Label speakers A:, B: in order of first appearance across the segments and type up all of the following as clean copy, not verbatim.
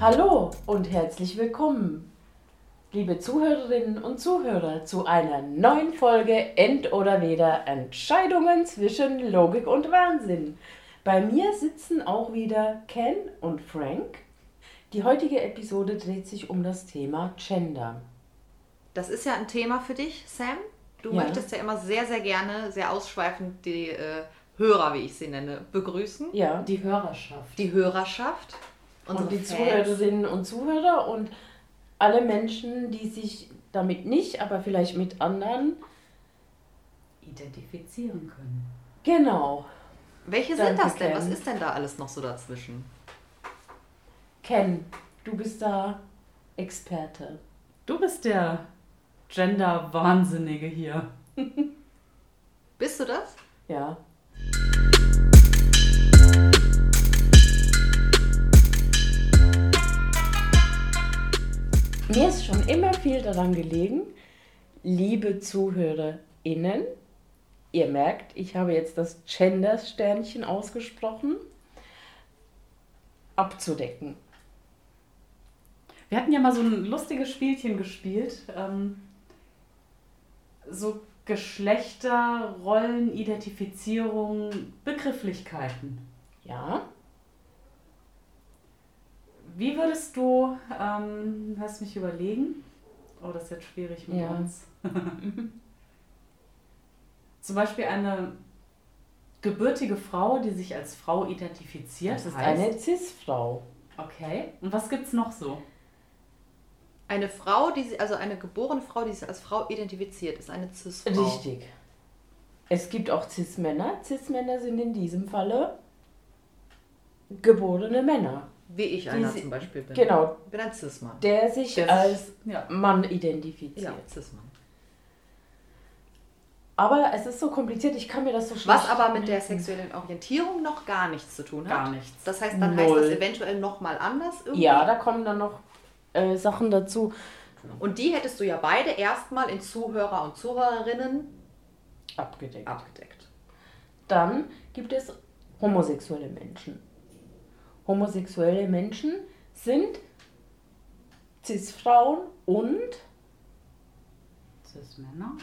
A: Hallo und herzlich willkommen, liebe Zuhörerinnen und Zuhörer, zu einer neuen Folge End oder Weder Entscheidungen zwischen Logik und Wahnsinn. Bei mir sitzen auch wieder Ken und Frank. Die heutige Episode dreht sich um das Thema Gender.
B: Das ist ja ein Thema für dich, Sam. Du möchtest ja immer sehr, sehr gerne, sehr ausschweifend die Hörer, wie ich sie nenne, begrüßen.
A: Ja,
C: Die Hörerschaft.
B: Die Hörerschaft.
A: und die
B: Fans.
A: Zuhörerinnen und Zuhörer und alle Menschen, die sich damit nicht, aber vielleicht mit anderen
C: identifizieren können.
A: Genau.
B: Welche
A: Danke,
B: sind das denn?
A: Ken.
B: Was ist denn da alles noch so dazwischen?
A: Ken, du bist da Experte.
C: Du bist der Gender-Wahnsinnige hier.
B: Bist du das?
A: Ja. Mir ist schon immer viel daran gelegen, liebe ZuhörerInnen, ihr merkt, ich habe jetzt das Gender-Sternchen ausgesprochen, abzudecken.
C: Wir hatten ja mal so ein lustiges Spielchen gespielt. So Geschlechter, Rollen, Identifizierung, Begrifflichkeiten.
A: Ja,
C: Wie würdest du, lass mich überlegen. Oh, das ist jetzt schwierig mit
A: Ja.
C: uns. Zum Beispiel eine gebürtige Frau, die sich als Frau identifiziert.
A: das ist
C: heißt,
A: eine Cis-Frau.
C: Okay. Und was gibt's noch so?
B: Eine Frau, also eine geborene Frau, die sich als Frau identifiziert, ist eine Cis-Frau.
A: Richtig. Es gibt auch Cis-Männer. Cis-Männer sind in diesem Falle geborene Männer.
B: Wie ich einer zum Beispiel bin.
A: Genau,
B: Ich bin ein Cis-Mann.
A: der sich
C: Der sich-
A: als
C: Ja.
A: Mann identifiziert.
B: Ja, Cis-Mann.
A: Aber es ist so kompliziert, ich kann mir das so schlecht...
B: Was aber mit der sexuellen Orientierung noch gar nichts zu tun hat.
C: Gar nichts.
B: Das heißt, dann heißt
A: Null.
B: das eventuell nochmal anders irgendwie.
A: Ja, da kommen dann noch Sachen dazu.
B: Und die hättest du ja beide erstmal in Zuhörer und Zuhörerinnen
A: Abgedeckt.
B: abgedeckt.
A: Dann gibt es homosexuelle Menschen. Homosexuelle Menschen sind Cis-Frauen und...
C: Cis-Männer?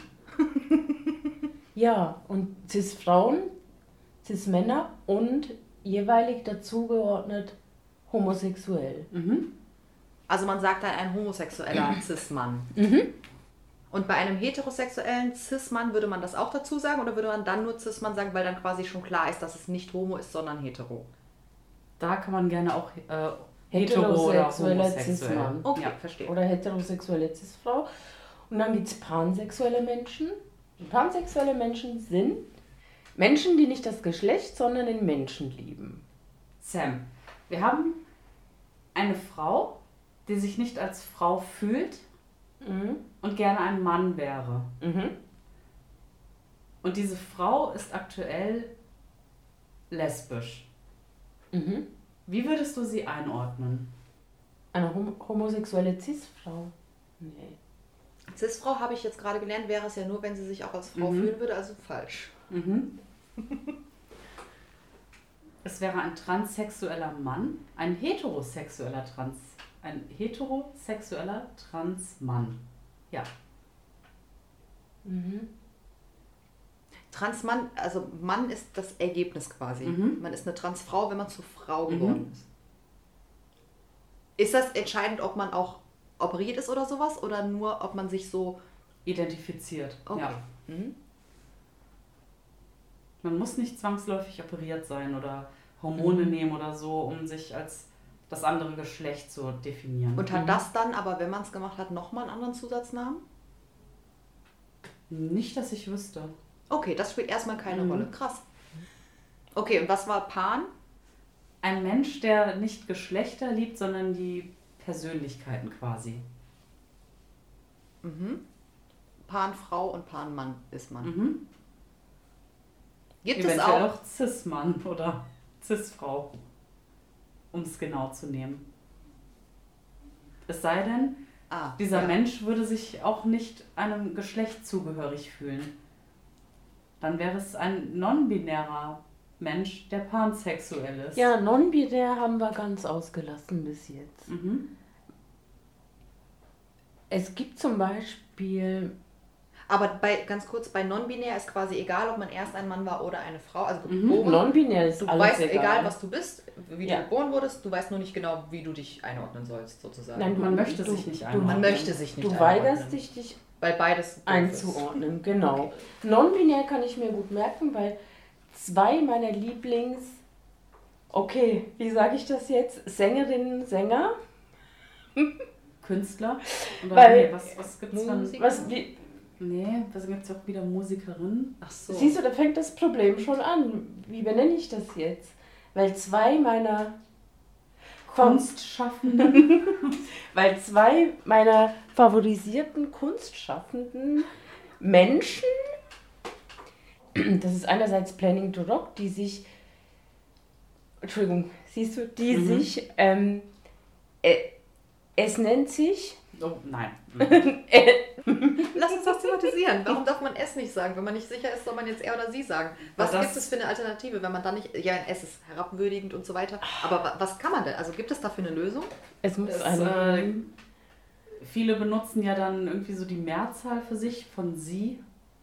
A: Ja, und Cis-Frauen, Cis-Männer und jeweilig dazugeordnet homosexuell.
C: Mhm.
B: Also man sagt dann ein homosexueller Cis-Mann. Und bei einem heterosexuellen Cis-Mann würde man das auch dazu sagen oder würde man dann nur Cis-Mann sagen, weil dann quasi schon klar ist, dass es nicht homo ist, sondern hetero?
C: Da kann man gerne auch hetero oder
A: Heterosexueller
C: homosexuell.
A: Cis-Mann.
B: Okay,
C: Ja.
B: verstehe.
A: Oder heterosexuelle Cis-Frau. Und dann gibt es pansexuelle Menschen. Und pansexuelle Menschen sind Menschen, die nicht das Geschlecht, sondern den Menschen lieben.
C: Sam, wir haben eine Frau, die sich nicht als Frau fühlt und gerne ein Mann wäre. Und diese Frau ist aktuell lesbisch. Wie würdest du sie einordnen?
A: Eine homosexuelle Cis-Frau? Nee.
B: Cis-Frau habe ich jetzt gerade gelernt, wäre es ja nur, wenn sie sich auch als Frau fühlen würde, also falsch.
C: Es wäre ein transsexueller Mann, ein heterosexueller Transmann. Ja.
B: Transmann, also Mann ist das Ergebnis quasi. Man ist eine Transfrau, wenn man zur Frau geworden ist. Ist das entscheidend, ob man auch operiert ist oder sowas? Oder nur, ob man sich so...
C: Identifiziert.
B: Okay.
C: Ja. Man muss nicht zwangsläufig operiert sein oder Hormone nehmen oder so, um sich als das andere Geschlecht zu definieren.
B: Und hat das dann, aber wenn man es gemacht hat, nochmal einen anderen Zusatznamen?
C: Nicht, dass ich wüsste.
B: Okay, das spielt erstmal keine Rolle. Krass. Okay, und was war Pan?
C: Ein Mensch, der nicht Geschlechter liebt, sondern die Persönlichkeiten quasi.
B: Pan Frau und Pan Mann ist man. Gibt es
C: Eventuell
B: auch...
C: auch Cis-Mann oder Cis-Frau, um es genau zu nehmen. Es sei denn, dieser Mensch würde sich auch nicht einem Geschlecht zugehörig fühlen. Dann wäre es ein non-binärer Mensch, der pansexuell ist.
A: Ja, non-binär haben wir ganz ausgelassen bis jetzt. Es gibt zum Beispiel...
B: Aber ganz kurz, bei non-binär ist quasi egal, ob man erst ein Mann war oder eine Frau. Also
A: non-binär ist
B: du
A: alles
B: weißt, egal was du bist, wie du
A: Ja.
B: geboren wurdest, du weißt nur nicht genau, wie du dich einordnen sollst, sozusagen.
A: Nein,
C: Man möchte sich nicht einordnen.
B: Man möchte sich nicht
A: Du
B: einordnen.
A: weigerst dich
B: Weil beides doof
A: einzuordnen, genau. Okay. Non-binär kann ich mir gut merken, weil 2 meiner wie sage ich das jetzt? Sängerinnen, Sänger?
C: Künstler? Oder
A: Weil,
C: was gibt's dann?
B: Musik?
C: Was gibt's auch wieder Musikerinnen?
B: Ach so.
A: Siehst du, da fängt das Problem schon an. Wie benenne ich das jetzt? Weil 2 meiner
C: Kunstschaffenden,
A: weil 2 meiner favorisierten Kunstschaffenden Menschen, das ist einerseits Planning to Rock, die sich, es nennt sich...
C: Oh, nein.
B: Lass uns das thematisieren. Warum darf man es nicht sagen? Wenn man nicht sicher ist, soll man jetzt er oder sie sagen. Was gibt es für eine Alternative, wenn man dann nicht... Ja, es ist herabwürdigend und so weiter. Aber was kann man denn? Also gibt es dafür eine Lösung?
C: Viele benutzen ja dann irgendwie so die Mehrzahl für sich von sie.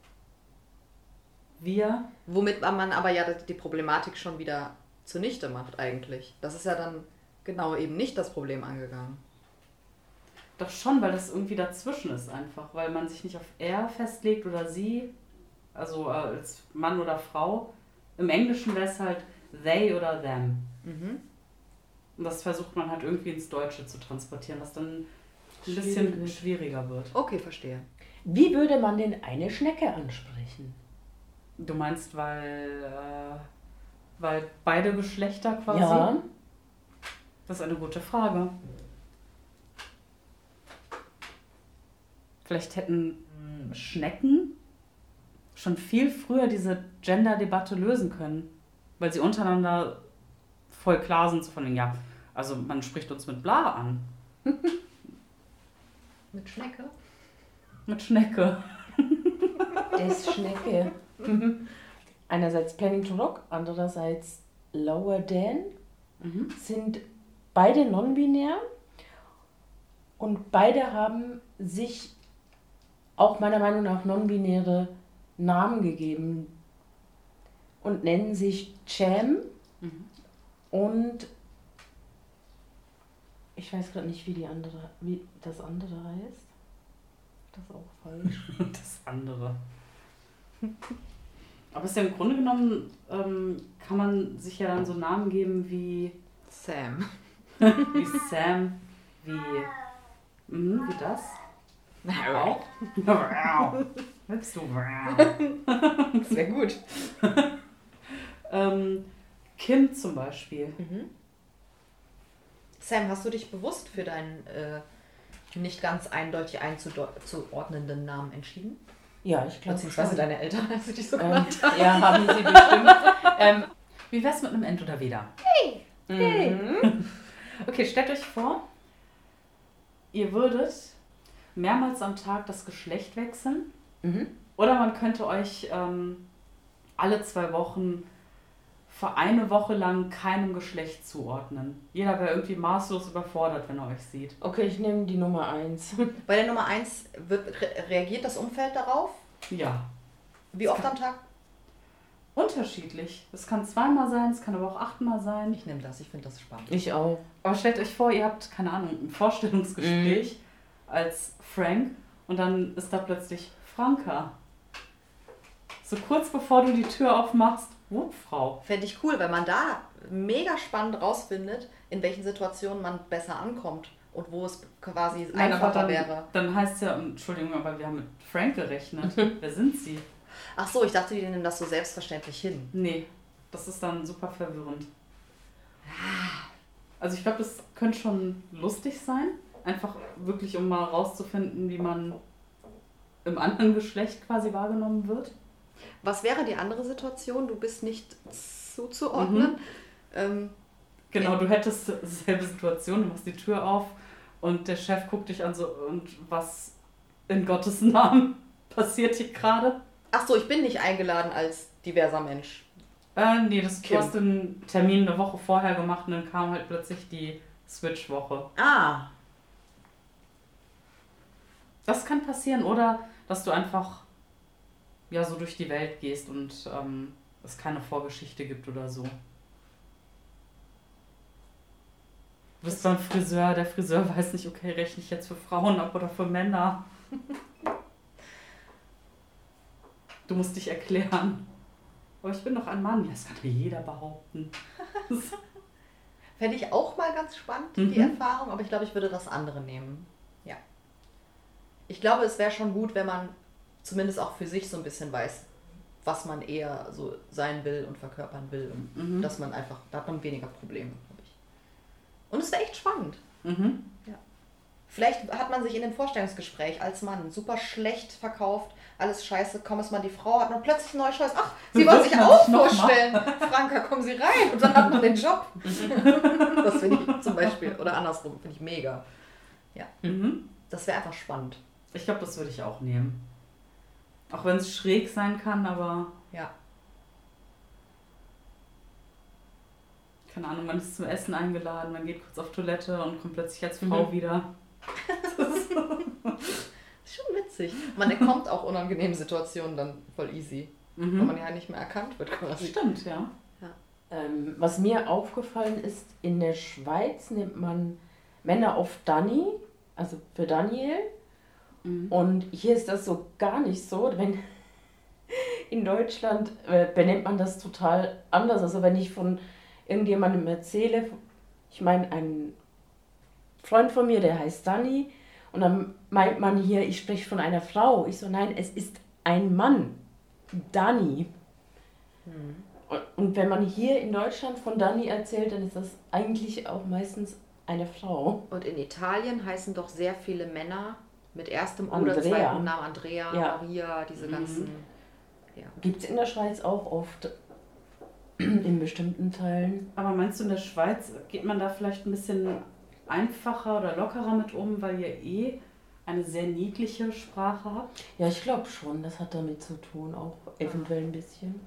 C: Wir.
B: Womit man aber ja die Problematik schon wieder zunichte macht eigentlich. Das ist ja dann genau eben nicht das Problem angegangen.
C: Doch schon, weil das irgendwie dazwischen ist einfach. Weil man sich nicht auf er festlegt oder sie, also als Mann oder Frau. Im Englischen wäre es halt they oder them. Und das versucht man halt irgendwie ins Deutsche zu transportieren, was dann ein bisschen schwieriger wird.
B: Okay, verstehe.
A: Wie würde man denn eine Schnecke ansprechen?
C: Du meinst, weil beide Geschlechter quasi?
A: Ja.
C: Das ist eine gute Frage. Vielleicht hätten Schnecken schon viel früher diese Gender-Debatte lösen können, weil sie untereinander voll klar sind, so von den, ja, also man spricht uns mit bla an.
B: Mit Schnecke?
C: Mit Schnecke.
A: Das Schnecke. Einerseits Planning to Rock, andererseits Lower Dan sind beide non-binär und beide haben sich auch meiner Meinung nach non-binäre Namen gegeben und nennen sich Cham und ich weiß gerade nicht, wie das andere heißt. Das ist auch falsch.
C: Das andere. Aber es ist ja im Grunde genommen, kann man sich ja dann so Namen geben wie
B: Sam.
C: Wie Sam, wie das?
B: Auch?
C: Hüpfst du?
B: Das wäre gut.
C: Kim zum Beispiel.
B: Sam, hast du dich bewusst für deinen nicht ganz eindeutig einzuordnenden Namen entschieden?
A: Ja, ich glaube.
B: Beziehungsweise deine Eltern, als sie dich so genannt haben.
A: Ja, haben sie bestimmt.
C: Wie wär's mit einem End oder Weder?
B: Hey!
C: Okay, stellt euch vor, ihr würdet mehrmals am Tag das Geschlecht wechseln. Oder man könnte euch alle 2 Wochen für eine Woche lang keinem Geschlecht zuordnen. Jeder wäre irgendwie maßlos überfordert, wenn er euch sieht.
A: Okay, ich nehme die Nummer 1.
B: Bei der Nummer 1 reagiert das Umfeld darauf?
C: Ja.
B: Wie oft am Tag?
C: Unterschiedlich. Es kann 2-mal sein, es kann aber auch 8-mal sein.
B: Ich nehme das, ich finde das spannend.
A: Ich auch.
C: Aber stellt euch vor, ihr habt, keine Ahnung, ein Vorstellungsgespräch als Frank und dann ist da plötzlich Franka. So kurz bevor du die Tür aufmachst, Frau.
B: Fände ich cool, wenn man da mega spannend rausfindet, in welchen Situationen man besser ankommt und wo es quasi einfacher wäre.
C: Dann heißt es ja, Entschuldigung, aber wir haben mit Frank gerechnet. Wer sind Sie?
B: Ach so, ich dachte, die nehmen das so selbstverständlich hin.
C: Nee, das ist dann super verwirrend. Also ich glaube, das könnte schon lustig sein. Einfach wirklich, um mal rauszufinden, wie man im anderen Geschlecht quasi wahrgenommen wird.
B: Was wäre die andere Situation? Du bist nicht zuzuordnen.
C: Genau, du hättest dieselbe Situation, du machst die Tür auf und der Chef guckt dich an so, und was in Gottes Namen passiert hier gerade?
B: Ach so, ich bin nicht eingeladen als diverser Mensch.
C: Nee, du hast den Termin eine Woche vorher gemacht und dann kam halt plötzlich die Switch-Woche.
B: Ah.
C: Das kann passieren, oder dass du einfach ja so durch die Welt gehst und es keine Vorgeschichte gibt oder so. Du bist beim Friseur, der Friseur weiß nicht, okay, rechne ich jetzt für Frauen ab oder für Männer? Du musst dich erklären. Aber ich bin doch ein Mann. Das kann mir jeder behaupten.
B: Fände ich auch mal ganz spannend, die Erfahrung, aber ich glaube, ich würde das andere nehmen. Ja. Ich glaube, es wäre schon gut, wenn man zumindest auch für sich so ein bisschen weiß, was man eher so sein will und verkörpern will. Und dass man einfach, da hat man weniger Probleme, glaube ich. Und es wäre echt spannend. Ja. Vielleicht hat man sich in dem Vorstellungsgespräch als Mann super schlecht verkauft, alles scheiße, kaum ist man die Frau, hat man plötzlich ein neues Scheiß. Ach, Sie wollen sich auch vorstellen. Franka, kommen Sie rein. Und dann hat man den Job. Das finde ich zum Beispiel, oder andersrum, finde ich mega. Ja. Das wäre einfach spannend.
C: Ich glaube, das würde ich auch nehmen. Auch wenn es schräg sein kann, aber...
B: Ja.
C: Keine Ahnung, man ist zum Essen eingeladen, man geht kurz auf Toilette und kommt plötzlich als Frau wieder.
B: Das ist schon witzig. Man entkommt auch unangenehmen Situationen dann voll easy. Weil man ja nicht mehr erkannt wird quasi.
C: Stimmt, ja.
A: Was mir aufgefallen ist, in der Schweiz nennt man Männer oft Dani, also für Daniel. Und hier ist das so gar nicht so. Wenn in Deutschland benennt man das total anders. Also wenn ich von irgendjemandem erzähle, ich meine, ein Freund von mir, der heißt Dani, und dann meint man hier, ich spreche von einer Frau. Ich so, nein, es ist ein Mann, Dani. Und wenn man hier in Deutschland von Dani erzählt, dann ist das eigentlich auch meistens eine Frau.
B: Und in Italien heißen doch sehr viele Männer mit erstem
A: Andrea.
B: oder zweitem Namen Andrea,
A: Ja.
B: Maria, diese ganzen... Ja.
A: Gibt es in der Schweiz auch oft in bestimmten Teilen.
C: Aber meinst du, in der Schweiz geht man da vielleicht ein bisschen einfacher oder lockerer mit um, weil ihr eine sehr niedliche Sprache habt?
A: Ja, ich glaube schon, das hat damit zu tun, auch eventuell ein bisschen.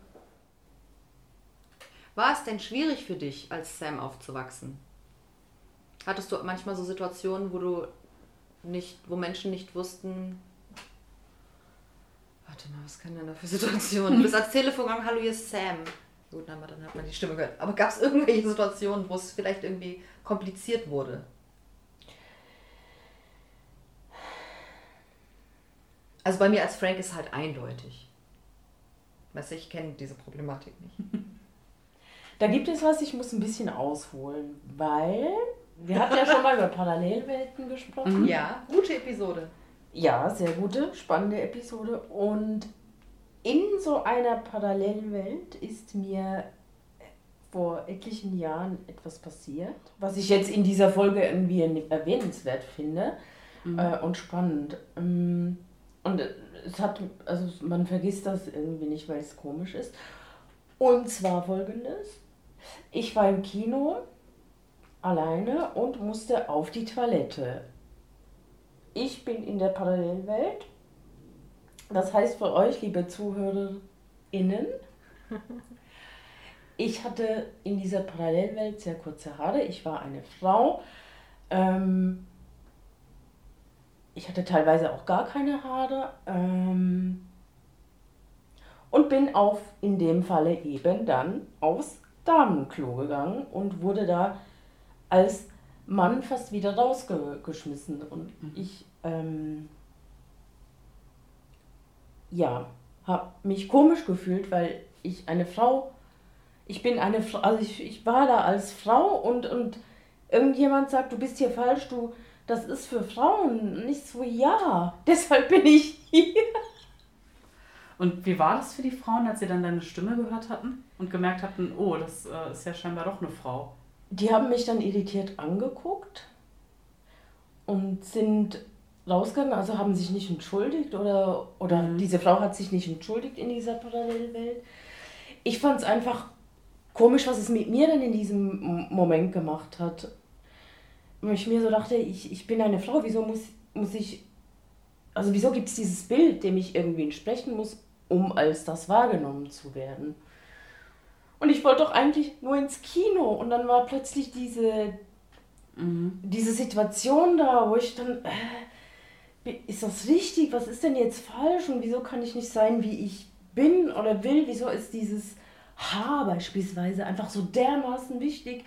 B: War es denn schwierig für dich, als Sam aufzuwachsen? Hattest du manchmal so Situationen, wo Menschen nicht wussten... Warte mal, was kann denn da für Situationen? Du bist ans Telefon gegangen, hallo, hier ist Sam. Gut, dann hat man die Stimme gehört. Aber gab es irgendwelche Situationen, wo es vielleicht irgendwie kompliziert wurde? Also bei mir als Frank ist halt eindeutig. Weißt du, ich kenne diese Problematik nicht.
A: Da gibt es was, ich muss ein bisschen ausholen, weil wir hatten ja schon mal über Parallelwelten gesprochen.
B: Ja, gute Episode.
A: Ja, sehr gute, spannende Episode. Und in so einer Parallelwelt ist mir vor etlichen Jahren etwas passiert, was ich jetzt in dieser Folge irgendwie erwähnenswert finde und spannend. Und es hat, also man vergisst das irgendwie nicht, weil es komisch ist. Und zwar Folgendes: Ich war im Kino alleine und musste auf die Toilette. Ich bin in der Parallelwelt. Das heißt für euch, liebe ZuhörerInnen, ich hatte in dieser Parallelwelt sehr kurze Haare. Ich war eine Frau. Ich hatte teilweise auch gar keine Haare. Und bin in dem Falle eben dann aufs Damenklo gegangen und wurde da als Mann fast wieder rausgeschmissen. Und ich habe mich komisch gefühlt, weil ich bin eine Frau, also ich war da als Frau und irgendjemand sagt, du bist hier falsch, das ist für Frauen. Und ich so, ja, deshalb bin ich hier.
C: Und wie war das für die Frauen, als sie dann deine Stimme gehört hatten und gemerkt hatten, oh, das ist ja scheinbar doch eine Frau?
A: Die haben mich dann irritiert angeguckt und sind rausgegangen, also haben sich nicht entschuldigt oder diese Frau hat sich nicht entschuldigt in dieser Parallelwelt. Ich fand es einfach komisch, was es mit mir dann in diesem Moment gemacht hat. Und ich mir so dachte, ich bin eine Frau, wieso muss ich, also wieso gibt es dieses Bild, dem ich irgendwie entsprechen muss, um als das wahrgenommen zu werden? Und ich wollte doch eigentlich nur ins Kino. Und dann war plötzlich diese Situation da, wo ich dann, ist das richtig? Was ist denn jetzt falsch? Und wieso kann ich nicht sein, wie ich bin oder will? Wieso ist dieses Haar beispielsweise einfach so dermaßen wichtig,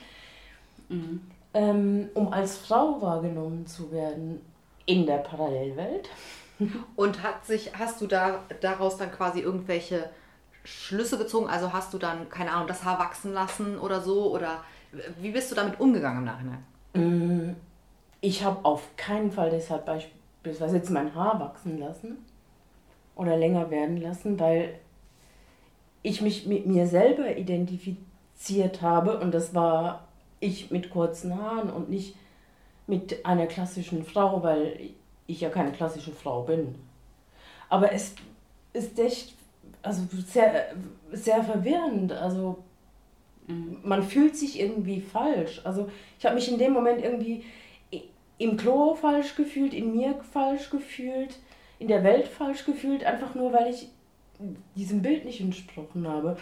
A: um als Frau wahrgenommen zu werden in der Parallelwelt?
B: Und hast du daraus dann quasi irgendwelche Schlüsse gezogen? Also hast du dann, keine Ahnung, das Haar wachsen lassen oder so? Oder wie bist du damit umgegangen im Nachhinein?
A: Ich habe auf keinen Fall deshalb beispielsweise jetzt mein Haar wachsen lassen oder länger werden lassen, weil ich mich mit mir selber identifiziert habe und das war ich mit kurzen Haaren und nicht mit einer klassischen Frau, weil ich ja keine klassische Frau bin. Aber es ist echt, also sehr, sehr verwirrend. Also man fühlt sich irgendwie falsch. Also ich habe mich in dem Moment irgendwie im Klo falsch gefühlt, in mir falsch gefühlt, in der Welt falsch gefühlt, einfach nur, weil ich diesem Bild nicht entsprochen habe.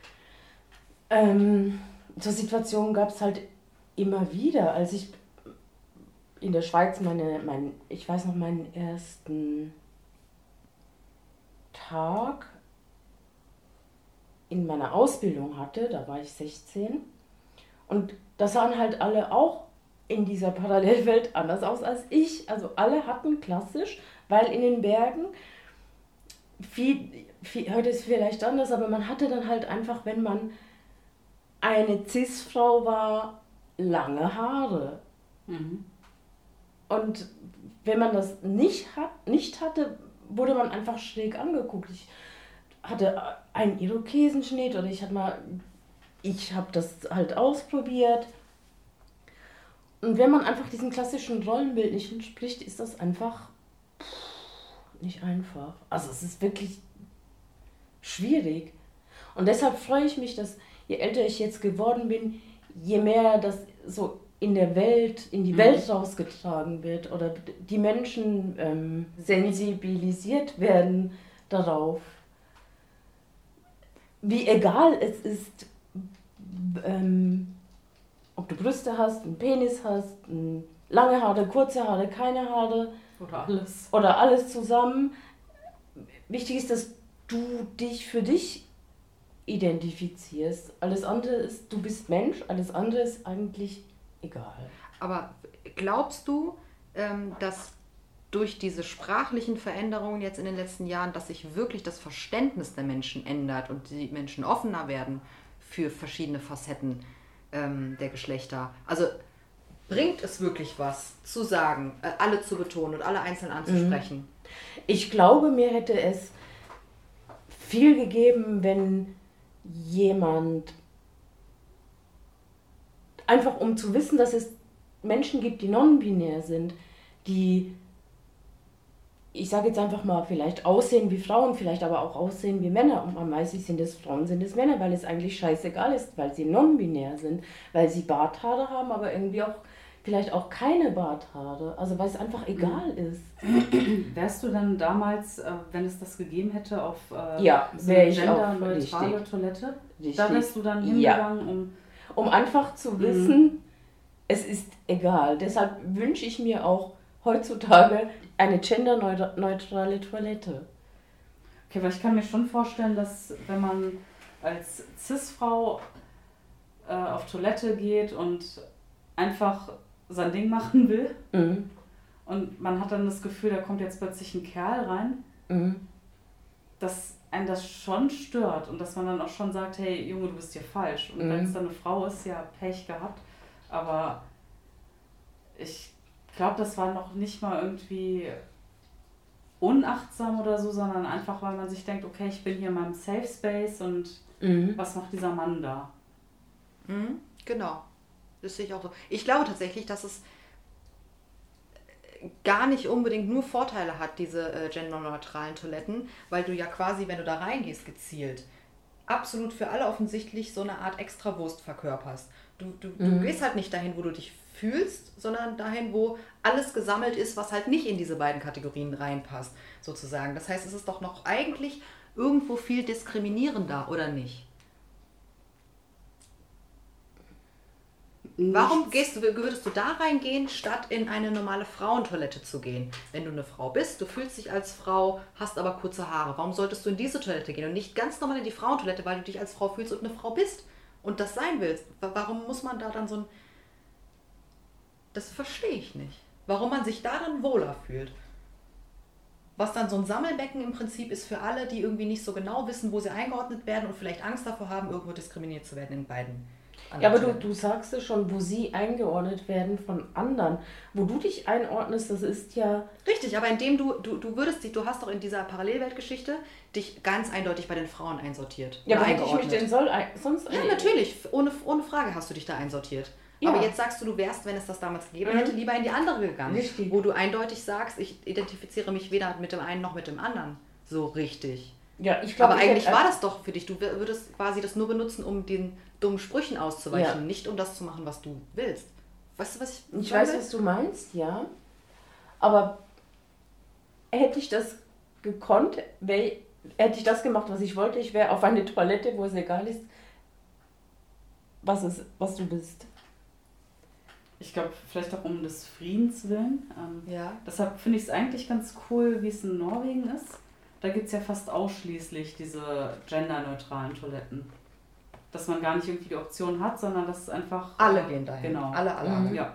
A: So Situationen gab es halt immer wieder, als ich in der Schweiz ich weiß noch, meinen ersten Tag in meiner Ausbildung hatte, da war ich 16 und da sahen halt alle auch in dieser Parallelwelt anders aus als ich. Also alle hatten klassisch, weil in den Bergen, heute ist es vielleicht anders, aber man hatte dann halt einfach, wenn man eine Cis-Frau war, lange Haare. Und wenn man das nicht hatte, wurde man einfach schräg angeguckt. Ich hatte einen Irokesenschnitt oder ich habe das halt ausprobiert. Und wenn man einfach diesem klassischen Rollenbild nicht entspricht, ist das einfach nicht einfach. Also es ist wirklich schwierig. Und deshalb freue ich mich, dass je älter ich jetzt geworden bin, je mehr das so in die Welt rausgetragen wird oder die Menschen sensibilisiert werden darauf, wie egal es ist, ob du Brüste hast, einen Penis hast, lange Haare, kurze Haare, keine Haare. Oder alles zusammen. Wichtig ist, dass du dich für dich identifizierst. Alles andere ist, du bist Mensch, alles andere ist eigentlich egal.
B: Aber glaubst du, dass durch diese sprachlichen Veränderungen jetzt in den letzten Jahren, dass sich wirklich das Verständnis der Menschen ändert und die Menschen offener werden für verschiedene Facetten der Geschlechter? Also bringt es wirklich was zu sagen, alle zu betonen und alle einzeln anzusprechen?
A: Ich glaube, mir hätte es viel gegeben, wenn jemand, einfach um zu wissen, dass es Menschen gibt, die non-binär sind, die, ich sage jetzt einfach mal, vielleicht aussehen wie Frauen, vielleicht aber auch aussehen wie Männer. Und man weiß nicht, sind es Frauen, sind es Männer, weil es eigentlich scheißegal ist, weil sie non-binär sind, weil sie Barthaare haben, aber irgendwie auch vielleicht auch keine Barthaare, also weil es einfach egal ist.
C: Wärst du dann damals, wenn es das gegeben hätte, auf so
A: eine
C: genderneutrale Toilette? Richtig. Da wärst du dann hingegangen,
A: um einfach zu wissen, es ist egal. Deshalb wünsche ich mir auch heutzutage eine genderneutrale Toilette.
C: Okay, weil ich kann mir schon vorstellen, dass wenn man als Cis-Frau auf Toilette geht und einfach sein Ding machen will und man hat dann das Gefühl, da kommt jetzt plötzlich ein Kerl rein, dass einen das schon stört und dass man dann auch schon sagt, hey Junge, du bist hier falsch. Und wenn es dann eine Frau ist, ja, Pech gehabt. Aber ich glaube, das war noch nicht mal irgendwie unachtsam oder so, sondern einfach, weil man sich denkt, okay, ich bin hier in meinem Safe Space und was macht dieser Mann da?
B: Genau. Das sehe ich auch so. Ich glaube tatsächlich, dass es gar nicht unbedingt nur Vorteile hat, diese genderneutralen Toiletten, weil du ja quasi, wenn du da reingehst, gezielt, absolut für alle offensichtlich so eine Art Extrawurst verkörperst. Du gehst halt nicht dahin, wo du dich fühlst, sondern dahin, wo alles gesammelt ist, was halt nicht in diese beiden Kategorien reinpasst, sozusagen. Das heißt, es ist doch noch eigentlich irgendwo viel diskriminierender, oder nicht? Warum würdest du da reingehen, statt in eine normale Frauentoilette zu gehen? Wenn du eine Frau bist, du fühlst dich als Frau, hast aber kurze Haare. Warum solltest du in diese Toilette gehen und nicht ganz normal in die Frauentoilette, weil du dich als Frau fühlst und eine Frau bist und das sein willst? Warum muss man da dann so ein... Das verstehe ich nicht. Warum man sich da dann wohler fühlt. Was dann so ein Sammelbecken im Prinzip ist für alle, die irgendwie nicht so genau wissen, wo sie eingeordnet werden und vielleicht Angst davor haben, irgendwo diskriminiert zu werden in beiden.
A: Ja, aber du sagst es schon, wo sie eingeordnet werden von anderen. Wo du dich einordnest, das ist ja...
B: Richtig, aber indem du hast doch in dieser Parallelweltgeschichte dich ganz eindeutig bei den Frauen einsortiert.
A: Ja, aber hätte ich mich denn sonst...
B: Ja, natürlich, ohne Frage hast du dich da einsortiert. Ja. Aber jetzt sagst du wärst, wenn es das damals gegeben hätte, lieber in die andere gegangen.
A: Richtig.
B: Wo du eindeutig sagst, ich identifiziere mich weder mit dem einen noch mit dem anderen. So richtig.
A: Ja, ich glaube,
B: aber eigentlich war das doch für dich. Du würdest quasi das nur benutzen, um den dummen Sprüchen auszuweichen, nicht um das zu machen, was du willst. Weißt du, was ich
A: Ich weiß, was du meinst, ja. Aber hätte ich das gekonnt, hätte ich das gemacht, was ich wollte, ich wäre auf eine Toilette, wo es egal ist, was du bist.
C: Ich glaube, vielleicht auch um des Friedens willen.
B: Ja.
C: Deshalb finde ich es eigentlich ganz cool, wie es in Norwegen ist. Da gibt es ja fast ausschließlich diese genderneutralen Toiletten. Dass man gar nicht irgendwie die Option hat, sondern dass es einfach...
B: Alle gehen dahin.
C: Genau.
B: Alle.
C: Ja.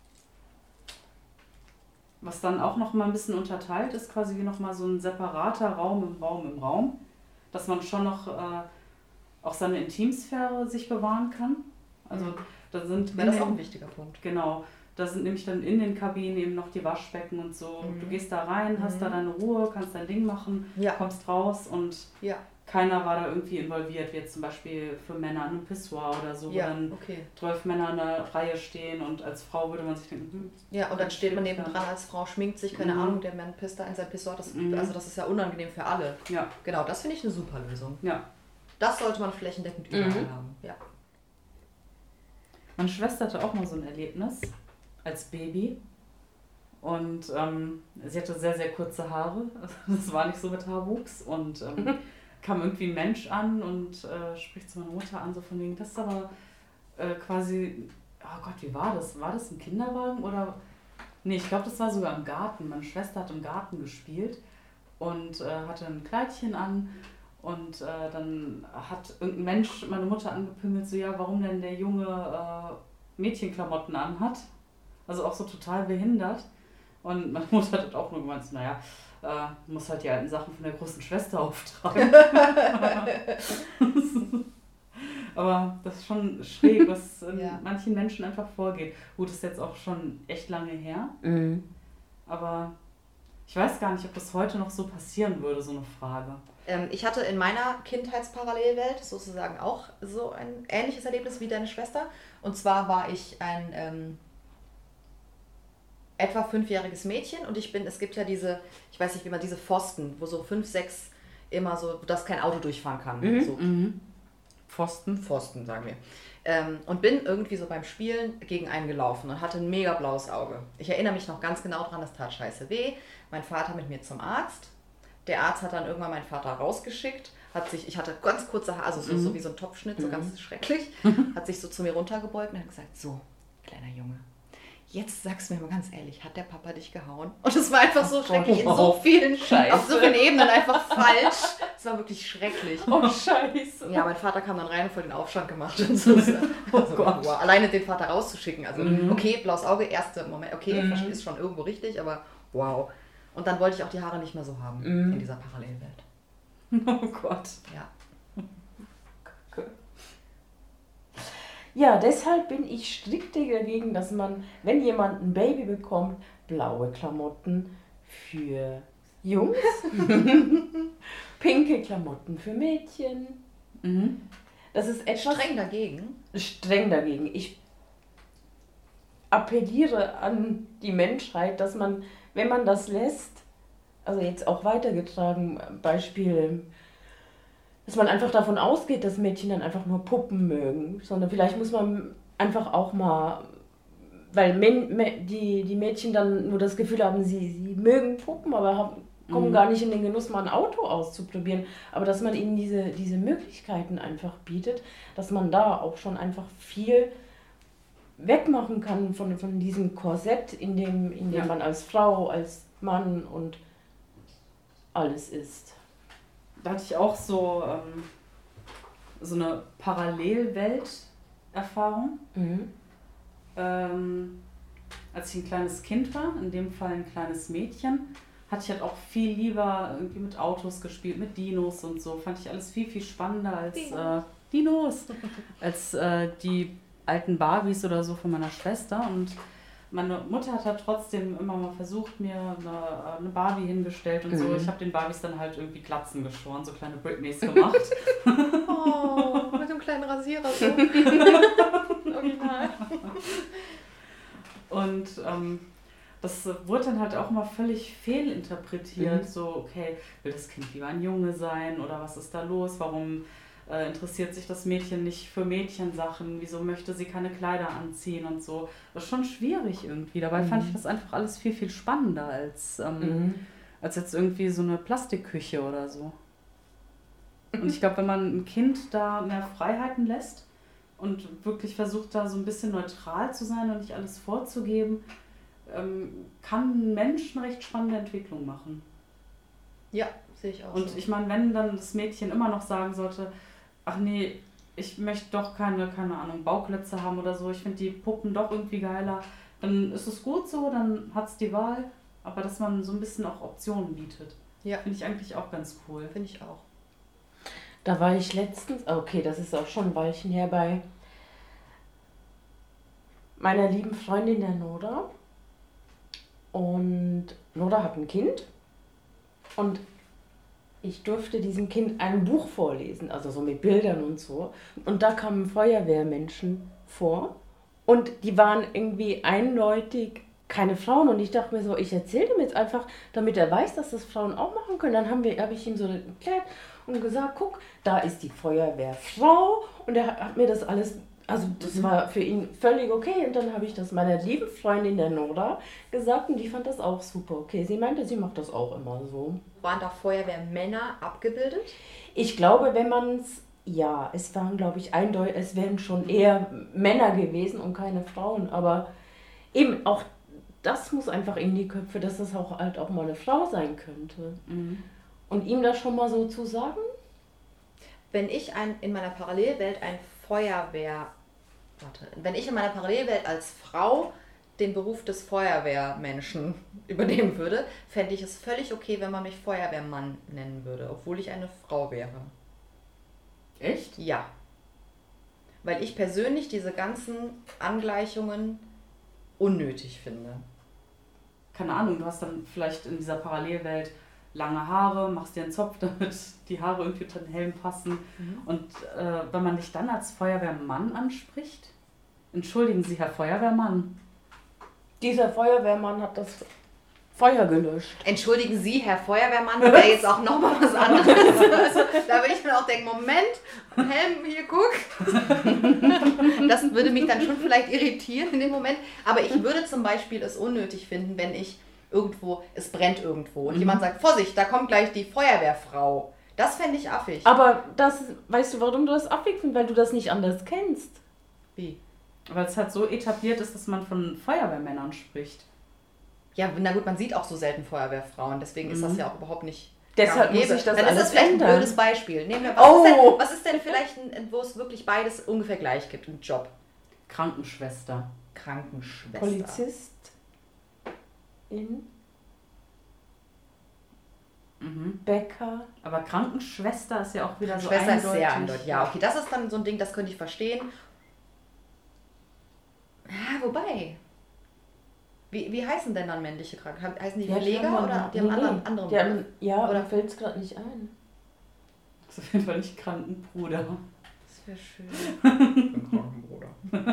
C: Was dann auch noch mal ein bisschen unterteilt ist, quasi wie noch mal so ein separater Raum im Raum. Dass man schon noch auch seine Intimsphäre sich bewahren kann. Also da sind...
B: Ja, das ist auch ein wichtiger Punkt.
C: Genau. Da sind nämlich dann in den Kabinen eben noch die Waschbecken und so. Du gehst da rein, hast da deine Ruhe, kannst dein Ding machen, kommst raus und keiner war da irgendwie involviert, wie jetzt zum Beispiel für Männer ein Pissoir oder so, wo dann 12 Männer in einer Reihe stehen und als Frau würde man sich denken,
B: ja, und dann steht man nebendran als Frau, schminkt sich, keine Ahnung, der Mann pisst da in sein Pissoir, also das ist ja unangenehm für alle.
C: Ja.
B: Genau, das finde ich eine super Lösung.
C: Ja.
B: Das sollte man flächendeckend überall haben. Ja.
C: Meine Schwester hatte auch mal so ein Erlebnis als Baby und sie hatte sehr, sehr kurze Haare, das war nicht so mit Haarwuchs und kam irgendwie ein Mensch an und spricht zu meiner Mutter an, so von wegen, das ist aber quasi, oh Gott, wie war das? War das ein Kinderwagen oder? Nee, ich glaube, das war sogar im Garten. Meine Schwester hat im Garten gespielt und hatte ein Kleidchen an und dann hat irgendein Mensch meine Mutter angepimmelt, so ja, warum denn der Junge Mädchenklamotten anhat. Also auch so total behindert. Und meine Mutter hat auch nur gemeint, naja, muss halt die alten Sachen von der großen Schwester auftragen. Aber das ist schon schräg, was in manchen Menschen einfach vorgeht. Gut, das ist jetzt auch schon echt lange her. Aber ich weiß gar nicht, ob das heute noch so passieren würde, so eine Frage.
B: Ich hatte in meiner Kindheitsparallelwelt sozusagen auch so ein ähnliches Erlebnis wie deine Schwester. Und zwar war ich ein etwa 5-jähriges Mädchen und es gibt ja diese, ich weiß nicht, wie man diese Pfosten, wo so 5, 6 immer so, dass kein Auto durchfahren kann. So. Pfosten, sagen wir. Und bin irgendwie so beim Spielen gegen einen gelaufen und hatte ein mega blaues Auge. Ich erinnere mich noch ganz genau dran, das tat scheiße weh. Mein Vater mit mir zum Arzt. Der Arzt hat dann irgendwann meinen Vater rausgeschickt. Ich hatte ganz kurze Haare, also so wie so ein Topfschnitt, so ganz schrecklich. Hat sich so zu mir runtergebeugt und hat gesagt, so, kleiner Junge, jetzt sag's mir mal ganz ehrlich, hat der Papa dich gehauen? Und es war einfach so schrecklich, in so vielen, auf so vielen Ebenen einfach falsch. Es war wirklich schrecklich.
A: Oh, scheiße.
B: Ja, mein Vater kam dann rein und voll den Aufstand gemacht. Und so. Gott. Wow. Alleine den Vater rauszuschicken. Also, okay, blaues Auge, erster Moment, okay, ist schon irgendwo richtig, aber wow. Und dann wollte ich auch die Haare nicht mehr so haben in dieser Parallelwelt.
C: Oh Gott.
B: Ja.
A: Ja, deshalb bin ich strikt dagegen, dass man, wenn jemand ein Baby bekommt, blaue Klamotten für Jungs, pinke Klamotten für Mädchen. Das ist etwas...
B: Streng dagegen?
A: Streng dagegen. Ich appelliere an die Menschheit, dass man, wenn man das lässt, also jetzt auch weitergetragen, Beispiel... dass man einfach davon ausgeht, dass Mädchen dann einfach nur Puppen mögen, sondern vielleicht muss man einfach auch mal, weil die Mädchen dann nur das Gefühl haben, sie mögen Puppen, aber kommen gar nicht in den Genuss, mal ein Auto auszuprobieren, aber dass man ihnen diese Möglichkeiten einfach bietet, dass man da auch schon einfach viel wegmachen kann von diesem Korsett, in dem man als Frau, als Mann und alles ist.
C: Da hatte ich auch so eine Parallelwelt-Erfahrung. Als ich ein kleines Kind war, in dem Fall ein kleines Mädchen, hatte ich halt auch viel lieber irgendwie mit Autos gespielt, mit Dinos und so. Fand ich alles viel, viel spannender als Dinos. Als die alten Barbies oder so von meiner Schwester. Und meine Mutter hat halt trotzdem immer mal versucht, mir eine Barbie hingestellt und so. Ich habe den Barbies dann halt irgendwie Glatzen geschoren, so kleine Britneys gemacht.
B: Oh, mit dem kleinen Rasierer so. Original.
C: Und das wurde dann halt auch mal völlig fehlinterpretiert. So, okay, will das Kind lieber ein Junge sein oder was ist da los? Warum interessiert sich das Mädchen nicht für Mädchensachen? Wieso möchte sie keine Kleider anziehen und so? Das ist schon schwierig irgendwie. Dabei fand ich das einfach alles viel, viel spannender als jetzt irgendwie so eine Plastikküche oder so. Und ich glaube, wenn man ein Kind da mehr Freiheiten lässt und wirklich versucht, da so ein bisschen neutral zu sein und nicht alles vorzugeben, kann ein Mensch eine recht spannende Entwicklung machen.
B: Ja, sehe ich auch.
C: Und ich meine, wenn dann das Mädchen immer noch sagen sollte, ach nee, ich möchte doch keine Ahnung, Bauklötze haben oder so, ich finde die Puppen doch irgendwie geiler, dann ist es gut so, dann hat es die Wahl, aber dass man so ein bisschen auch Optionen bietet.
B: Ja.
C: Finde ich eigentlich auch ganz cool.
B: Finde ich auch.
A: Da war ich letztens, okay, das ist auch schon ein Weilchen her, bei meiner lieben Freundin der Noda. Und Noda hat ein Kind. Und ich durfte diesem Kind ein Buch vorlesen, also so mit Bildern und so. Und da kamen Feuerwehrmenschen vor. Und die waren irgendwie eindeutig keine Frauen. Und ich dachte mir so, ich erzähle ihm jetzt einfach, damit er weiß, dass das Frauen auch machen können. Dann habe ich ihm so erklärt und gesagt, guck, da ist die Feuerwehrfrau. Und er hat mir das alles, also das war für ihn völlig okay. Und dann habe ich das meiner lieben Freundin der Nora gesagt und die fand das auch super okay. Sie meinte, sie macht das auch immer so.
B: Waren da Feuerwehrmänner abgebildet?
A: Ich glaube, wenn man es, ja, es waren, glaube ich, eindeutig, es wären schon eher Männer gewesen und keine Frauen. Aber eben auch das muss einfach in die Köpfe, dass das auch halt auch mal eine Frau sein könnte. Und ihm das schon mal so zu sagen?
B: Wenn ich in meiner Parallelwelt wenn ich in meiner Parallelwelt als Frau den Beruf des Feuerwehrmenschen übernehmen würde, fände ich es völlig okay, wenn man mich Feuerwehrmann nennen würde, obwohl ich eine Frau wäre.
C: Echt?
B: Ja. Weil ich persönlich diese ganzen Angleichungen unnötig finde.
C: Keine Ahnung, du hast dann vielleicht in dieser Parallelwelt lange Haare, machst dir einen Zopf, damit die Haare irgendwie unter den Helm passen. Und wenn man dich dann als Feuerwehrmann anspricht, entschuldigen Sie, Herr Feuerwehrmann.
A: Dieser Feuerwehrmann hat das Feuer gelöscht.
B: Entschuldigen Sie, Herr Feuerwehrmann, wäre jetzt auch nochmal was anderes. Also, da würde ich mir auch denken, Moment, Helm, hier, guck. Das würde mich dann schon vielleicht irritieren in dem Moment. Aber ich würde zum Beispiel es unnötig finden, wenn ich es brennt irgendwo und jemand sagt, Vorsicht, da kommt gleich die Feuerwehrfrau. Das fände ich affig.
A: Aber weißt du, warum du das affig findest? Weil du das nicht anders kennst.
B: Wie?
C: Weil es halt so etabliert ist, dass man von Feuerwehrmännern spricht.
B: Ja, na gut, man sieht auch so selten Feuerwehrfrauen, deswegen ist das ja auch überhaupt nicht...
A: Deshalb muss ich das
B: dann
A: alles
B: ist das vielleicht
A: ändern.
B: ein blödes Beispiel. Nehmen wir, was ist denn vielleicht, wo es wirklich beides ungefähr gleich gibt, ein Job?
C: Krankenschwester.
B: Krankenschwester.
A: Polizistin. Bäcker.
C: Aber Krankenschwester ist ja auch wieder so
B: Schwester
C: eindeutig.
B: ist sehr eindeutig. Ja, okay, das ist dann so ein Ding, das könnte ich verstehen. Ja, wobei... Wie heißen denn dann männliche Krankenschwestern? Heißen die Pfleger oder die haben anderen
A: die haben, ja,
B: oder
A: mir fällt es gerade nicht ein.
C: Das ist auf jeden Fall nicht Krankenbruder.
B: Das wäre schön.
D: Ein Krankenbruder.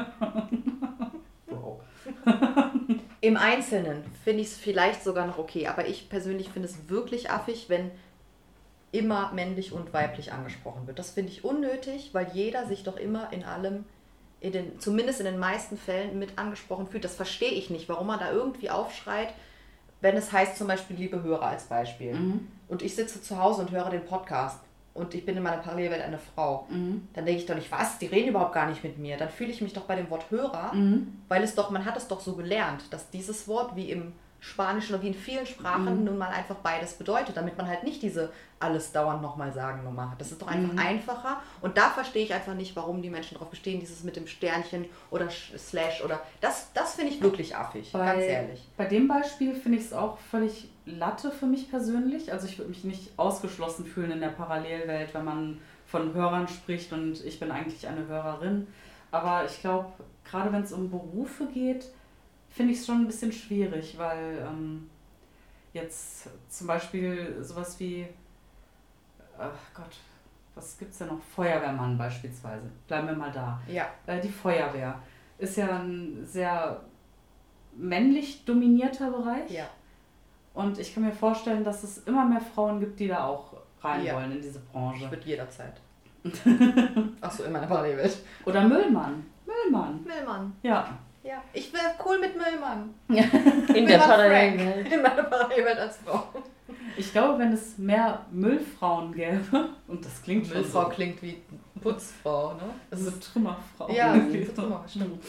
D: Bro.
B: Im Einzelnen finde ich es vielleicht sogar noch okay, aber ich persönlich finde es wirklich affig, wenn immer männlich und weiblich angesprochen wird. Das finde ich unnötig, weil jeder sich doch immer in allem, zumindest in den meisten Fällen, mit angesprochen fühlt. Das verstehe ich nicht, warum man da irgendwie aufschreit, wenn es heißt zum Beispiel liebe Hörer als Beispiel. Und ich sitze zu Hause und höre den Podcast und ich bin in meiner Parallelwelt eine Frau,
C: Mhm.
B: dann denke ich doch nicht, was, die reden überhaupt gar nicht mit mir. Dann fühle ich mich doch bei dem Wort Hörer, weil man hat es doch so gelernt, dass dieses Wort wie im Spanischen oder wie in vielen Sprachen nun mal einfach beides bedeutet, damit man halt nicht diese alles dauernd nochmal sagen Nummer hat. Das ist doch einfach einfacher und da verstehe ich einfach nicht, warum die Menschen darauf bestehen, dieses mit dem Sternchen oder Slash oder das finde ich wirklich affig, ganz ehrlich.
C: Bei dem Beispiel finde ich es auch völlig Latte für mich persönlich. Also ich würde mich nicht ausgeschlossen fühlen in der Parallelwelt, wenn man von Hörern spricht und ich bin eigentlich eine Hörerin. Aber ich glaube, gerade wenn es um Berufe geht, finde ich es schon ein bisschen schwierig, weil jetzt zum Beispiel sowas wie, ach Gott, was gibt es denn noch? Feuerwehrmann beispielsweise. Bleiben wir mal da.
B: Ja.
C: Die Feuerwehr ist ja ein sehr männlich dominierter Bereich.
B: Ja.
C: Und ich kann mir vorstellen, dass es immer mehr Frauen gibt, die da auch rein wollen in diese Branche.
B: Ich würde jederzeit. Achso, in meiner Parallelwelt.
C: Oder Müllmann.
B: Müllmann.
C: Ja.
B: Ja, ich wäre cool mit Müllmann.
A: In der Parallelwelt.
B: In meiner Parallelwelt als Frau.
C: Ich glaube, wenn es mehr Müllfrauen gäbe, und das klingt schon
B: Müllfrau
C: so.
B: klingt wie Putzfrau, ne?
C: Das ist eine Trümmerfrau.
B: Ja,
C: irgendwie.
B: Trümmer, stimmt.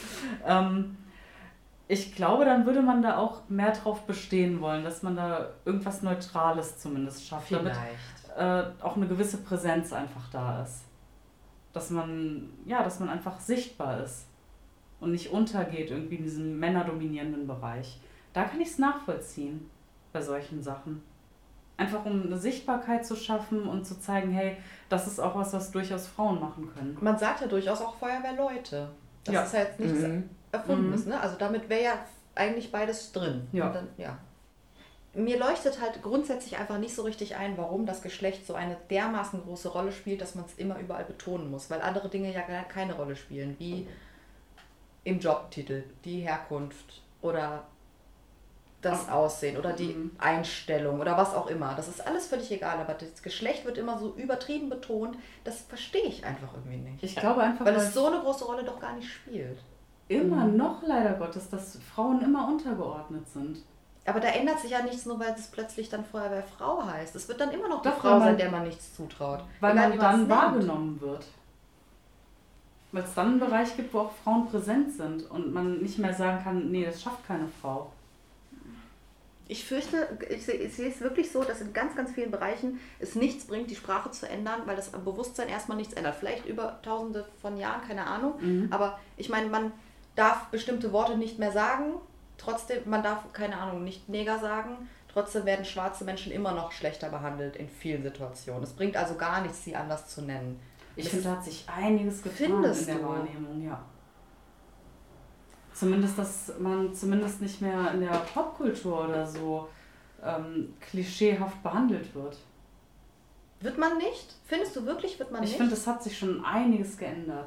C: Ich glaube, dann würde man da auch mehr drauf bestehen wollen, dass man da irgendwas Neutrales zumindest schafft, damit auch eine gewisse Präsenz einfach da ist. Dass man einfach sichtbar ist und nicht untergeht irgendwie in diesem männerdominierenden Bereich. Da kann ich es nachvollziehen bei solchen Sachen. Einfach um eine Sichtbarkeit zu schaffen und zu zeigen, hey, das ist auch was durchaus Frauen machen können.
B: Man sagt ja durchaus auch Feuerwehrleute. Das
C: Ja.
B: ist halt nichts Erfundenes, ne? Also damit wäre ja eigentlich beides drin.
C: Ja.
B: Und dann, mir leuchtet halt grundsätzlich einfach nicht so richtig ein, warum das Geschlecht so eine dermaßen große Rolle spielt, dass man es immer überall betonen muss. Weil andere Dinge ja keine Rolle spielen, wie im Jobtitel, die Herkunft oder das Aussehen oder die Einstellung oder was auch immer. Das ist alles völlig egal, aber das Geschlecht wird immer so übertrieben betont, das verstehe ich einfach irgendwie nicht.
C: Ich glaube einfach,
B: weil es so eine große Rolle doch gar nicht spielt.
C: Immer noch leider Gottes, dass Frauen immer untergeordnet sind.
B: Aber da ändert sich ja nichts, nur weil es plötzlich dann Feuerwehrfrau heißt. Es wird dann immer noch die
C: Doch,
B: Frau sein, der man nichts zutraut.
C: Weil
B: Egal,
C: man
B: wie man es
C: dann
B: nennt.
C: wahrgenommen wird. Weil es dann einen Bereich gibt, wo auch Frauen präsent sind und man nicht mehr sagen kann, nee, das schafft keine Frau.
B: Ich fürchte, ich sehe es wirklich so, dass in ganz, ganz vielen Bereichen es nichts bringt, die Sprache zu ändern, weil das am Bewusstsein erstmal nichts ändert. Vielleicht über tausende von Jahren, keine Ahnung. Aber ich meine, man darf bestimmte Worte nicht mehr sagen. Trotzdem, man darf, keine Ahnung, nicht Neger sagen. Trotzdem werden schwarze Menschen immer noch schlechter behandelt in vielen Situationen. Es bringt also gar nichts, sie anders zu nennen.
C: Ich finde, da hat sich einiges getan
B: Findest
C: in der
B: du?
C: Wahrnehmung, ja. Zumindest, dass man zumindest nicht mehr in der Popkultur oder so klischeehaft behandelt wird.
B: Wird man nicht? Findest du wirklich, wird man
C: Ich
B: nicht?
C: finde, es hat sich schon einiges geändert.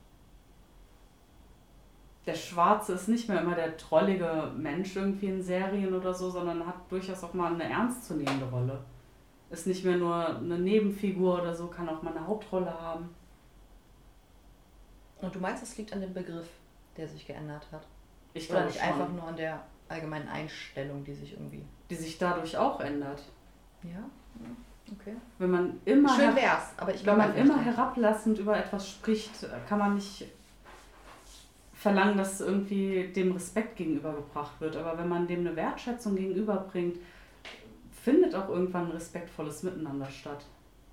C: Der Schwarze ist nicht mehr immer der trollige Mensch irgendwie in Serien oder so, sondern hat durchaus auch mal eine ernstzunehmende Rolle. Ist nicht mehr nur eine Nebenfigur oder so, kann auch mal eine Hauptrolle haben.
B: Und du meinst, das liegt an dem Begriff, der sich geändert hat?
C: Ich
B: Oder
C: glaube
B: nicht
C: schon,
B: einfach nur an der allgemeinen Einstellung, die sich irgendwie...
C: die sich dadurch auch ändert.
B: Ja, okay.
C: Wenn man immer,
B: Schön wär's, aber ich
C: wenn
B: glaube
C: man
B: einfach
C: immer
B: nicht.
C: herablassend über etwas spricht, kann man nicht verlangen, dass irgendwie dem Respekt gegenübergebracht wird. Aber wenn man dem eine Wertschätzung gegenüberbringt, findet auch irgendwann ein respektvolles Miteinander statt.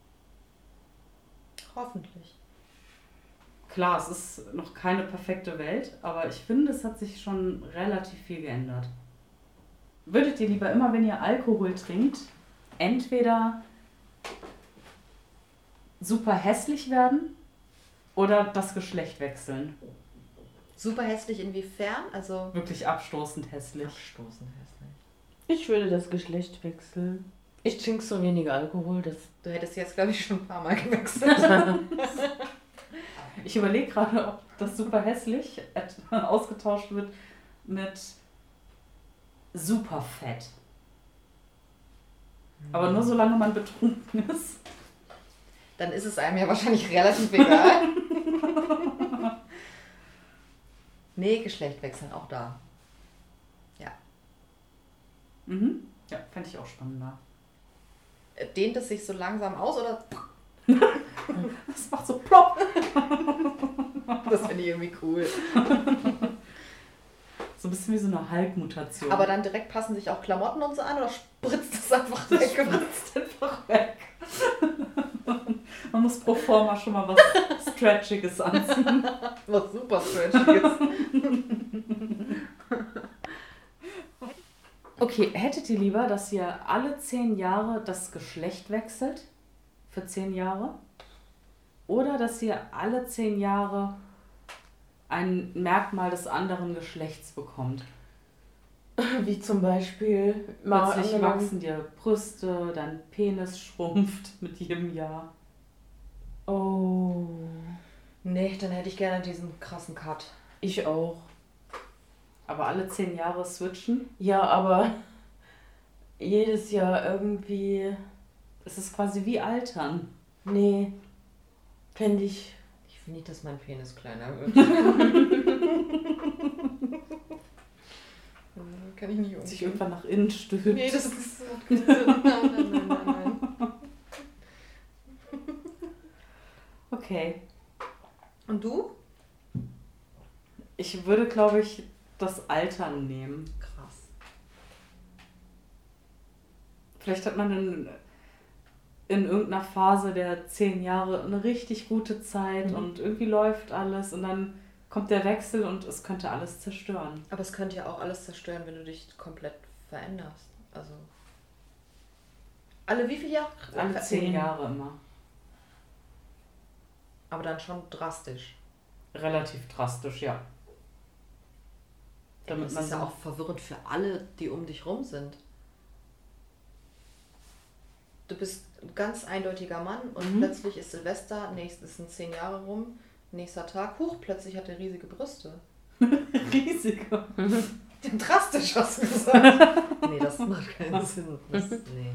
B: Hoffentlich.
C: Klar, es ist noch keine perfekte Welt, aber ich finde, es hat sich schon relativ viel geändert. Würdet ihr lieber immer, wenn ihr Alkohol trinkt, entweder super hässlich werden oder das Geschlecht wechseln?
B: Super hässlich inwiefern? Also
C: Wirklich abstoßend hässlich.
B: abstoßend hässlich.
A: Ich würde das Geschlecht wechseln. Ich trinke so wenig Alkohol, dass...
B: Du hättest jetzt, glaube ich, schon ein paar Mal gewechselt.
C: Ich überlege gerade, ob das super hässlich ausgetauscht wird mit super fett. Aber nur solange man betrunken ist.
B: Dann ist es einem ja wahrscheinlich relativ egal. Nee, Geschlecht wechseln, auch da. Ja.
C: Mhm. Ja, fände ich auch spannender.
B: Dehnt es sich so langsam aus oder
C: Das macht so plopp.
B: Das finde ich irgendwie cool.
C: So ein bisschen wie so eine Hulk-Mutation.
B: Aber dann direkt passen sich auch Klamotten und so an oder spritzt es einfach weg?
C: spritzt einfach weg. Man muss pro forma schon mal was Stretchiges anziehen.
B: Was super Stretchiges.
C: Okay, hättet ihr lieber, dass ihr alle 10 Jahre das Geschlecht wechselt? Für 10 Jahre? Oder dass ihr alle 10 Jahre ein Merkmal des anderen Geschlechts bekommt?
A: Wie zum Beispiel...
C: Plötzlich wachsen dir Brüste, dein Penis schrumpft mit jedem Jahr.
A: Oh,
B: Nee, dann hätte ich gerne diesen krassen Cut.
A: ich auch.
C: Aber alle 10 Jahre switchen?
A: Ja, aber jedes Jahr irgendwie...
C: Es ist quasi wie Altern.
A: Nee, fände ich...
B: Ich will nicht, dass mein Penis kleiner wird. Kann ich nicht
C: Sich irgendwann nach innen stülpt.
B: Nee, das ist so. Nein.
C: Okay.
B: Und du?
C: Ich würde, glaube ich, das Altern nehmen.
B: Krass.
C: Vielleicht hat man in irgendeiner Phase der 10 Jahre eine richtig gute Zeit und irgendwie läuft alles und dann kommt der Wechsel und es könnte alles zerstören.
B: Aber es könnte ja auch alles zerstören, wenn du dich komplett veränderst. Also. Alle wie viele Jahre?
C: Alle 10 Jahre immer.
B: Aber dann schon drastisch.
C: Relativ drastisch, ja. Damit
B: Das
C: man
B: ist
C: so
B: ja auch verwirrend für alle, die um dich rum sind. Du bist ein ganz eindeutiger Mann und plötzlich ist Silvester, nächstes sind 10 Jahre rum, nächster Tag, plötzlich hat er riesige Brüste.
C: riesige.
B: Drastisch hast du gesagt. Nee, das macht keinen Sinn. Nee.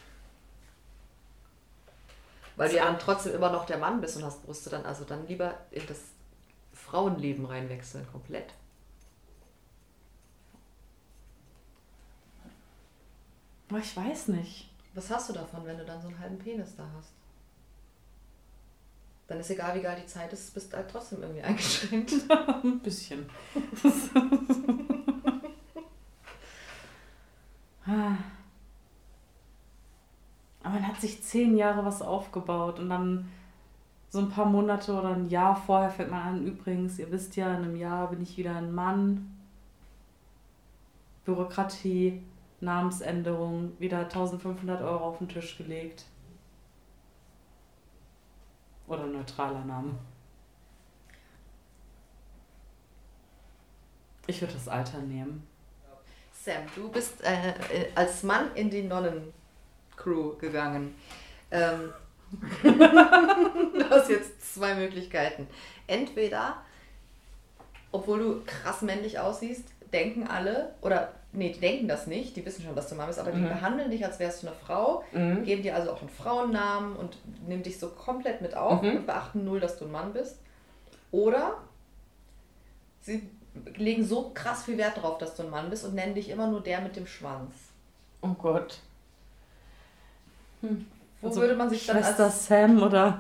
B: Weil du ja dann trotzdem immer noch der Mann bist und hast Brüste, dann lieber in das Frauenleben reinwechseln, komplett.
C: Aber ich weiß nicht.
B: Was hast du davon, wenn du dann so einen halben Penis da hast? Dann ist egal, wie geil die Zeit ist, bist halt trotzdem irgendwie eingeschränkt.
C: Ein bisschen. Aber man hat sich 10 Jahre was aufgebaut und dann so ein paar Monate oder ein Jahr vorher fängt man an, übrigens, ihr wisst ja, in einem Jahr bin ich wieder ein Mann. Bürokratie, Namensänderung, wieder 1.500 € auf den Tisch gelegt. Oder ein neutraler Name. Ich würde das Alter nehmen.
B: Sam, du bist als Mann in die Nonnen-Crew gegangen. Du hast jetzt 2 Möglichkeiten. Entweder, obwohl du krass männlich aussiehst, denken alle, die denken das nicht, die wissen schon, dass du Mann bist, aber die behandeln dich, als wärst du eine Frau, geben dir also auch einen Frauennamen und nehmen dich so komplett mit auf und beachten null, dass du ein Mann bist. Oder sie legen so krass viel Wert darauf, dass du ein Mann bist und nennen dich immer nur der mit dem Schwanz.
A: Oh Gott.
B: Wo
C: Also
B: würde man sich dann
C: Schwester
B: als...
C: Sam oder...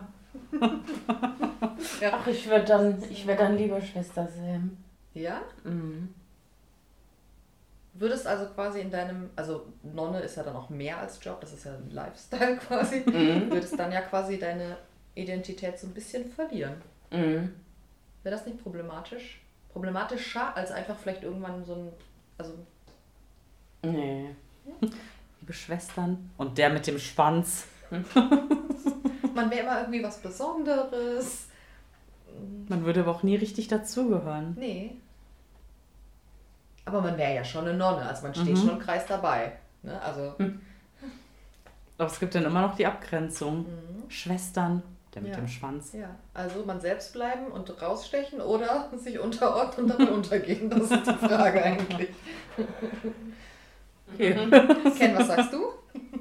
B: Ja.
A: Ach, ich werd dann lieber Schwester Sam.
B: Ja?
A: Mhm.
B: Würdest also quasi in deinem, also Nonne ist ja dann auch mehr als Job, das ist ja ein Lifestyle quasi, würdest dann ja quasi deine Identität so ein bisschen verlieren.
A: Mhm.
B: Wäre das nicht problematisch? Problematischer als einfach vielleicht irgendwann so ein, also...
A: Nee.
C: Liebe Schwestern und der mit dem Schwanz.
B: Man wäre immer irgendwie was Besonderes.
C: Man würde aber auch nie richtig dazugehören.
B: Nee. Aber man wäre ja schon eine Nonne, also man steht schon im Kreis dabei. Ne? Also...
C: Aber es gibt dann immer noch die Abgrenzung. Schwestern, der mit dem Schwanz.
B: Ja, also man selbst bleiben und rausstechen oder sich unterordnen und dann untergehen. Das ist die Frage eigentlich.
C: Okay.
B: Ken, was sagst du?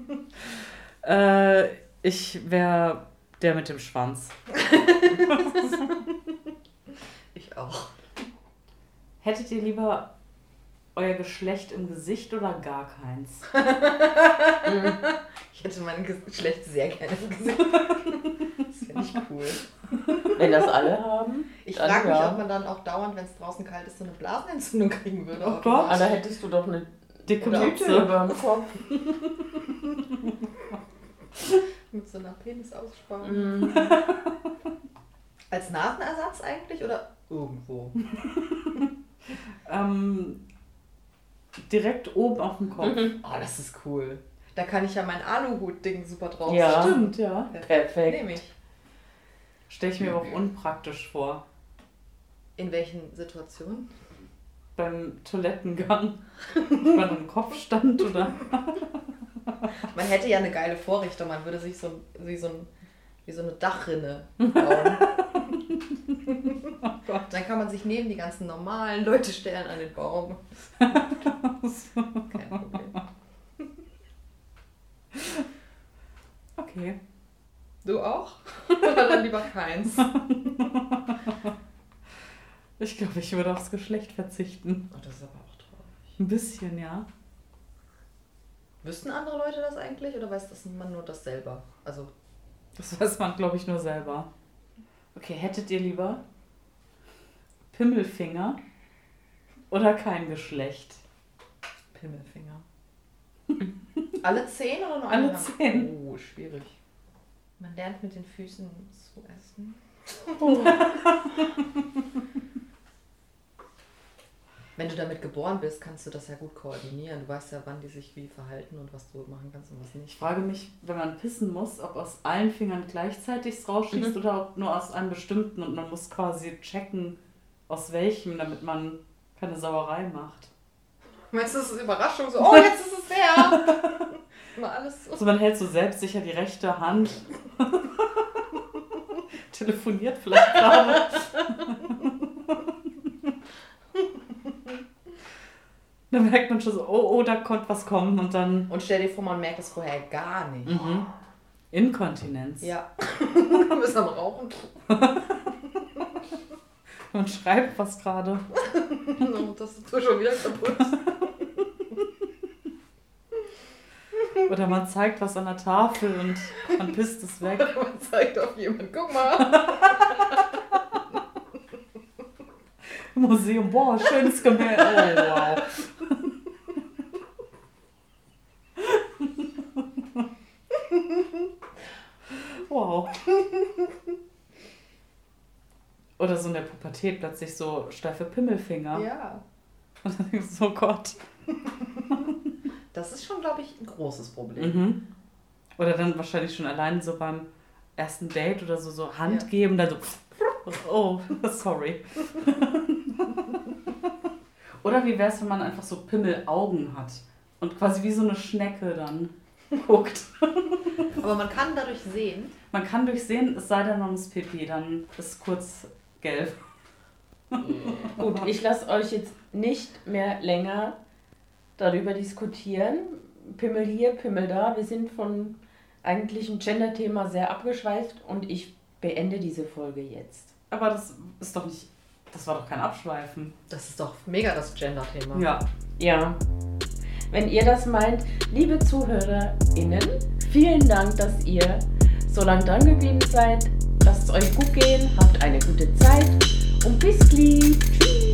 C: Ich wäre der mit dem Schwanz.
B: Ich auch.
C: Hättet ihr lieber euer Geschlecht im Gesicht oder gar keins?
B: Ich hätte mein Geschlecht sehr gerne im Gesicht. Das finde ich cool.
A: Wenn das alle haben.
B: Ich
A: dann
B: frage mich,
A: ja.
B: ob man dann auch dauernd, wenn es draußen kalt ist, so eine Blasenentzündung kriegen würde.
C: Oh Gott.
A: Ah, da hättest du doch eine
C: Dicke
A: Tüte
C: Mütze.
A: über dem Kopf.
B: Mit so einer Penisaussparung.
A: Mhm.
B: Als Nasenersatz eigentlich oder irgendwo?
C: Direkt oben auf dem Kopf.
B: Oh, das ist cool. Da kann ich ja mein Aluhut-Ding super drauf
A: Ja.
C: Stimmt, ja.
A: Perfekt.
B: Nehme ich.
C: Stelle ich mir aber auch unpraktisch vor.
B: In welchen Situationen?
C: Beim Toilettengang. Bei einem Kopfstand oder.
B: Man hätte ja eine geile Vorrichtung. Man würde sich wie so eine Dachrinne bauen.
C: Oh Gott.
B: Dann kann man sich neben die ganzen normalen Leute stellen an den Baum. Kein Problem.
C: Okay.
B: Du auch? Oder dann lieber keins?
C: Ich glaube, ich würde aufs Geschlecht verzichten.
B: Oh, das ist aber auch traurig.
C: Ein bisschen, ja.
B: Wüssten andere Leute das eigentlich oder weiß das man nur das selber? Also,
C: Das weiß man, glaube ich, nur selber. Okay, hättet ihr lieber Pimmelfinger oder kein Geschlecht?
B: Pimmelfinger. Alle 10 oder nur
C: Alle
B: eine?
C: 10.
B: Oh, schwierig. Man lernt mit den Füßen zu essen. Wenn du damit geboren bist, kannst du das ja gut koordinieren. Du weißt ja, wann die sich wie verhalten und was du machen kannst und was
C: Ich
B: nicht.
C: frage mich, wenn man pissen muss, ob aus allen Fingern gleichzeitig es rausschießt oder ob nur aus einem bestimmten und man muss quasi checken, aus welchem, damit man keine Sauerei macht.
B: Meinst du, das ist Überraschung? So, oh, jetzt ist es der! Immer alles so.
C: Also man hält so selbstsicher die rechte Hand. Telefoniert vielleicht gerade. Dann merkt man schon so, oh, da konnte was kommen und dann
B: Und stell dir vor, man merkt es vorher gar nicht.
C: Inkontinenz.
B: Ja. Du bist am Rauchen.
C: Man schreibt was gerade.
B: Das ist schon wieder kaputt.
C: Oder man zeigt was an der Tafel und man pisst es weg.
B: Man zeigt auf jemanden, guck mal.
C: Im Museum, boah, schönes Gemälde. Oh, wow. Wow. Oder so in der Pubertät plötzlich so steife Pimmelfinger.
B: Ja.
C: Und dann denkst du so, oh Gott.
B: Das ist schon, glaube ich, ein großes Problem.
C: Mhm. Oder dann wahrscheinlich schon allein so beim ersten Date oder so Hand
B: Ja.
C: geben, dann so, oh, sorry. Oder wie wär's, wenn man einfach so Pimmelaugen hat und quasi wie so eine Schnecke dann guckt.
B: Aber man kann dadurch sehen,
C: Man kann durchsehen, es sei denn, man ist Pipi, dann ist kurz gelb.
A: Gut, ich lasse euch jetzt nicht mehr länger darüber diskutieren. Pimmel hier, Pimmel da. Wir sind von eigentlichem Gender-Thema sehr abgeschweift und ich beende diese Folge jetzt.
C: Aber das ist doch nicht, das war doch kein Abschweifen.
B: das ist doch mega das Gender-Thema.
C: Ja.
A: Ja, wenn ihr das meint, liebe ZuhörerInnen, vielen Dank, dass ihr so lange dran geblieben seid. Lasst es euch gut gehen, habt eine gute Zeit und bis gleich. Tschüss.